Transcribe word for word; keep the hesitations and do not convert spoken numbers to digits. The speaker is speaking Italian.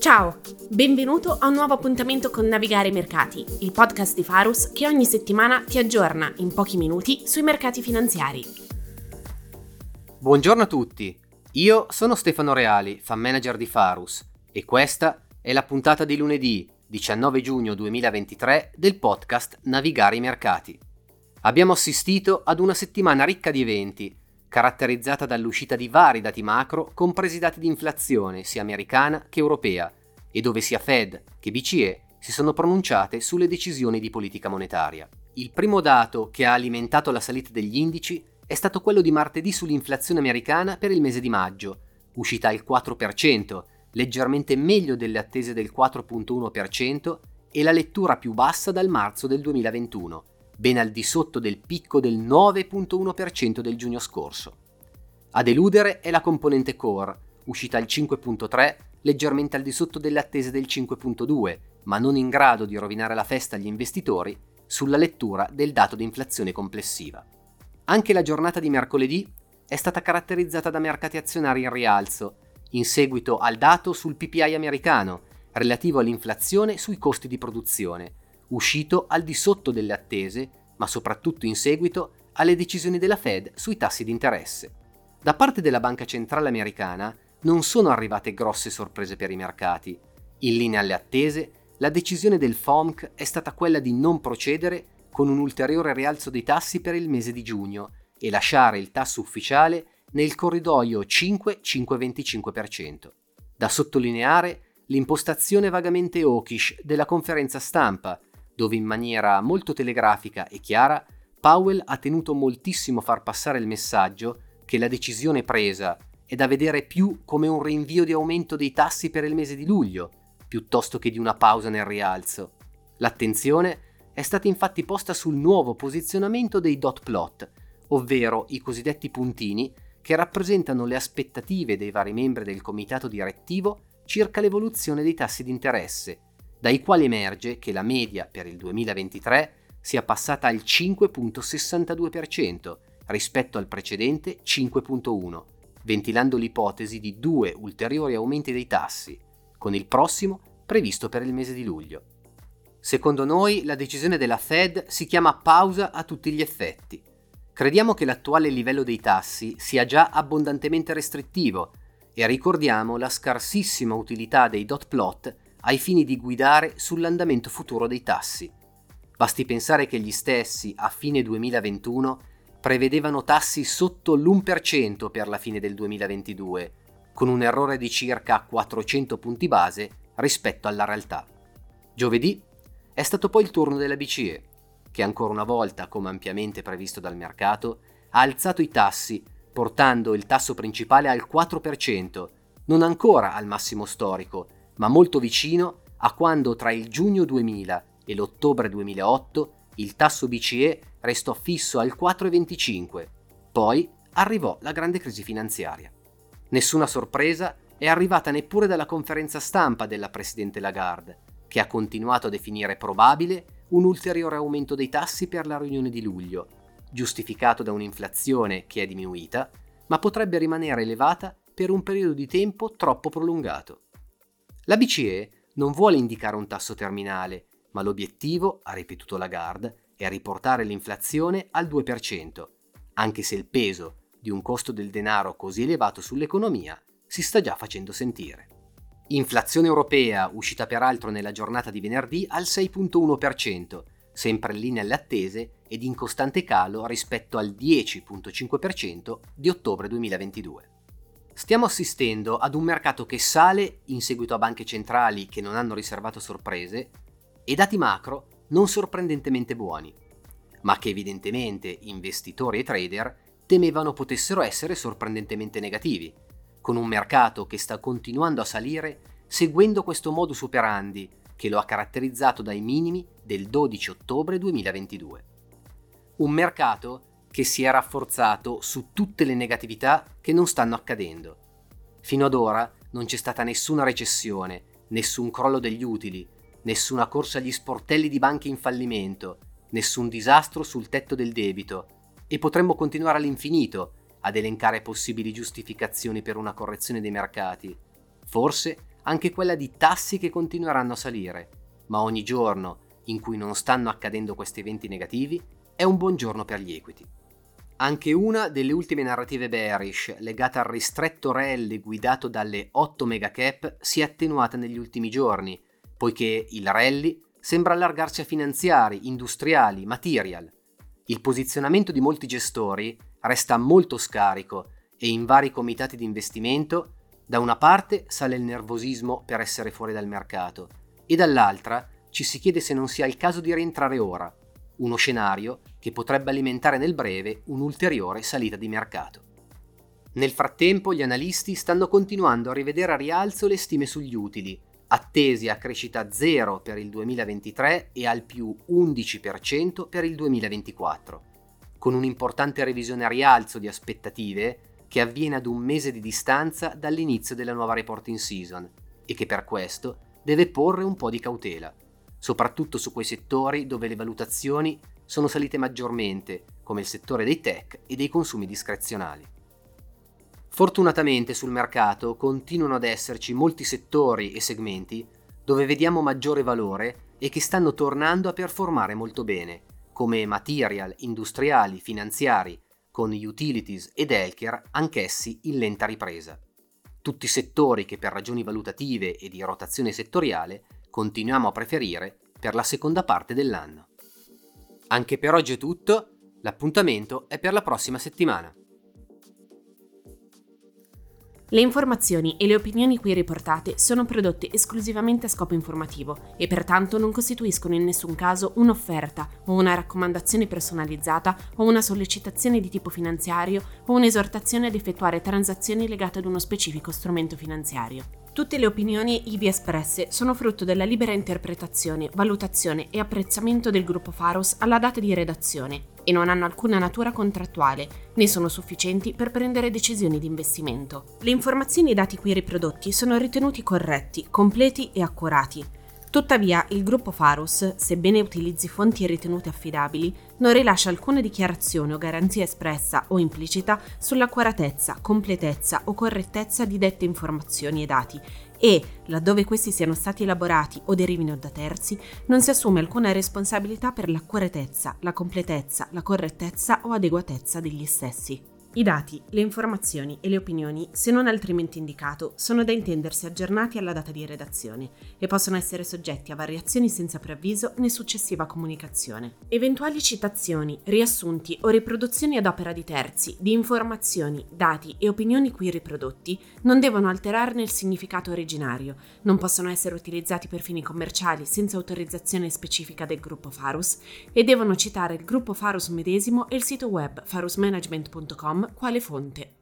Ciao, benvenuto a un nuovo appuntamento con Navigare i Mercati, il podcast di Farus che ogni settimana ti aggiorna in pochi minuti sui mercati finanziari. Buongiorno a tutti, io sono Stefano Reali, fan manager di Farus e questa è la puntata di lunedì diciannove giugno duemilaventitré del podcast Navigare i Mercati. Abbiamo assistito ad una settimana ricca di eventi, caratterizzata dall'uscita di vari dati macro, compresi dati di inflazione sia americana che europea, e dove sia Fed che B C E si sono pronunciate sulle decisioni di politica monetaria. Il primo dato che ha alimentato la salita degli indici è stato quello di martedì sull'inflazione americana per il mese di maggio, uscita al quattro per cento, leggermente meglio delle attese del quattro virgola uno per cento e la lettura più bassa dal marzo del duemilaventuno, ben al di sotto del picco del nove virgola uno per cento del giugno scorso. A deludere è la componente core, uscita al cinque virgola tre per cento, leggermente al di sotto delle attese del cinque virgola due per cento, ma non in grado di rovinare la festa agli investitori sulla lettura del dato di inflazione complessiva. Anche la giornata di mercoledì è stata caratterizzata da mercati azionari in rialzo, in seguito al dato sul P P I americano, relativo all'inflazione sui costi di produzione, uscito al di sotto delle attese, ma soprattutto in seguito alle decisioni della Fed sui tassi di interesse. Da parte della Banca Centrale Americana non sono arrivate grosse sorprese per i mercati. In linea alle attese, la decisione del F O M C è stata quella di non procedere con un ulteriore rialzo dei tassi per il mese di giugno e lasciare il tasso ufficiale nel corridoio cinque cinque virgola venticinque per cento. Da sottolineare l'impostazione vagamente hawkish della conferenza stampa, dove in maniera molto telegrafica e chiara Powell ha tenuto moltissimo a far passare il messaggio che la decisione presa è da vedere più come un rinvio di aumento dei tassi per il mese di luglio, piuttosto che di una pausa nel rialzo. L'attenzione è stata infatti posta sul nuovo posizionamento dei dot plot, ovvero i cosiddetti puntini che rappresentano le aspettative dei vari membri del comitato direttivo circa l'evoluzione dei tassi di interesse, dai quali emerge che la media per il duemilaventitré sia passata al cinque virgola sessantadue per cento rispetto al precedente cinque virgola uno per cento, ventilando l'ipotesi di due ulteriori aumenti dei tassi, con il prossimo previsto per il mese di luglio. Secondo noi la decisione della Fed si chiama pausa a tutti gli effetti. Crediamo che l'attuale livello dei tassi sia già abbondantemente restrittivo e ricordiamo la scarsissima utilità dei dot plot ai fini di guidare sull'andamento futuro dei tassi. Basti pensare che gli stessi a fine duemilaventuno prevedevano tassi sotto l'uno per cento per la fine del duemilaventidue, con un errore di circa quattrocento punti base rispetto alla realtà. Giovedì è stato poi il turno della B C E, che ancora una volta, come ampiamente previsto dal mercato, ha alzato i tassi, portando il tasso principale al quattro per cento, non ancora al massimo storico, ma molto vicino a quando tra il giugno duemila e l'ottobre duemilaotto il tasso B C E restò fisso al quattro virgola venticinque. Poi arrivò la grande crisi finanziaria. Nessuna sorpresa è arrivata neppure dalla conferenza stampa della Presidente Lagarde, che ha continuato a definire probabile un ulteriore aumento dei tassi per la riunione di luglio, giustificato da un'inflazione che è diminuita, ma potrebbe rimanere elevata per un periodo di tempo troppo prolungato. La B C E non vuole indicare un tasso terminale, ma l'obiettivo, ha ripetuto Lagarde, è riportare l'inflazione al due per cento, anche se il peso di un costo del denaro così elevato sull'economia si sta già facendo sentire. Inflazione europea, uscita peraltro nella giornata di venerdì al sei virgola uno per cento, sempre in linea alle attese ed in costante calo rispetto al dieci virgola cinque per cento di ottobre duemilaventidue. Stiamo assistendo ad un mercato che sale in seguito a banche centrali che non hanno riservato sorprese e dati macro non sorprendentemente buoni, ma che evidentemente investitori e trader temevano potessero essere sorprendentemente negativi, con un mercato che sta continuando a salire seguendo questo modus operandi che lo ha caratterizzato dai minimi del dodici ottobre duemilaventidue. Un mercato che si è rafforzato su tutte le negatività che non stanno accadendo. Fino ad ora non c'è stata nessuna recessione, nessun crollo degli utili, nessuna corsa agli sportelli di banche in fallimento, nessun disastro sul tetto del debito, e potremmo continuare all'infinito ad elencare possibili giustificazioni per una correzione dei mercati, forse anche quella di tassi che continueranno a salire, ma ogni giorno in cui non stanno accadendo questi eventi negativi è un buon giorno per gli equity. Anche una delle ultime narrative bearish, legata al ristretto rally guidato dalle otto mega cap, si è attenuata negli ultimi giorni, poiché il rally sembra allargarsi a finanziari, industriali, material. Il posizionamento di molti gestori resta molto scarico e in vari comitati di investimento da una parte sale il nervosismo per essere fuori dal mercato e dall'altra ci si chiede se non sia il caso di rientrare ora, uno scenario che potrebbe alimentare nel breve un'ulteriore salita di mercato. Nel frattempo gli analisti stanno continuando a rivedere a rialzo le stime sugli utili, attesi a crescita zero per il duemilaventitré e al più undici per cento per il duemilaventiquattro, con un'importante revisione a rialzo di aspettative che avviene ad un mese di distanza dall'inizio della nuova reporting season e che per questo deve porre un po' di cautela, soprattutto su quei settori dove le valutazioni sono salite maggiormente, come il settore dei tech e dei consumi discrezionali. Fortunatamente sul mercato continuano ad esserci molti settori e segmenti dove vediamo maggiore valore e che stanno tornando a performare molto bene, come material, industriali, finanziari, con utilities ed healthcare anch'essi in lenta ripresa. Tutti settori che per ragioni valutative e di rotazione settoriale continuiamo a preferire per la seconda parte dell'anno. Anche per oggi è tutto, l'appuntamento è per la prossima settimana. Le informazioni e le opinioni qui riportate sono prodotte esclusivamente a scopo informativo e pertanto non costituiscono in nessun caso un'offerta o una raccomandazione personalizzata o una sollecitazione di tipo finanziario o un'esortazione ad effettuare transazioni legate ad uno specifico strumento finanziario. Tutte le opinioni ivi espresse sono frutto della libera interpretazione, valutazione e apprezzamento del gruppo Pharos alla data di redazione e non hanno alcuna natura contrattuale, né sono sufficienti per prendere decisioni di investimento. Le informazioni e i dati qui riprodotti sono ritenuti corretti, completi e accurati. Tuttavia, il gruppo Pharos, sebbene utilizzi fonti ritenute affidabili, non rilascia alcuna dichiarazione o garanzia espressa o implicita sull'accuratezza, completezza o correttezza di dette informazioni e dati e, laddove questi siano stati elaborati o derivino da terzi, non si assume alcuna responsabilità per l'accuratezza, la completezza, la correttezza o adeguatezza degli stessi. I dati, le informazioni e le opinioni, se non altrimenti indicato, sono da intendersi aggiornati alla data di redazione e possono essere soggetti a variazioni senza preavviso né successiva comunicazione. Eventuali citazioni, riassunti o riproduzioni ad opera di terzi di informazioni, dati e opinioni qui riprodotti non devono alterarne il significato originario, non possono essere utilizzati per fini commerciali senza autorizzazione specifica del gruppo Pharos e devono citare il gruppo Pharos medesimo e il sito web pharosmanagement punto com quale fonte.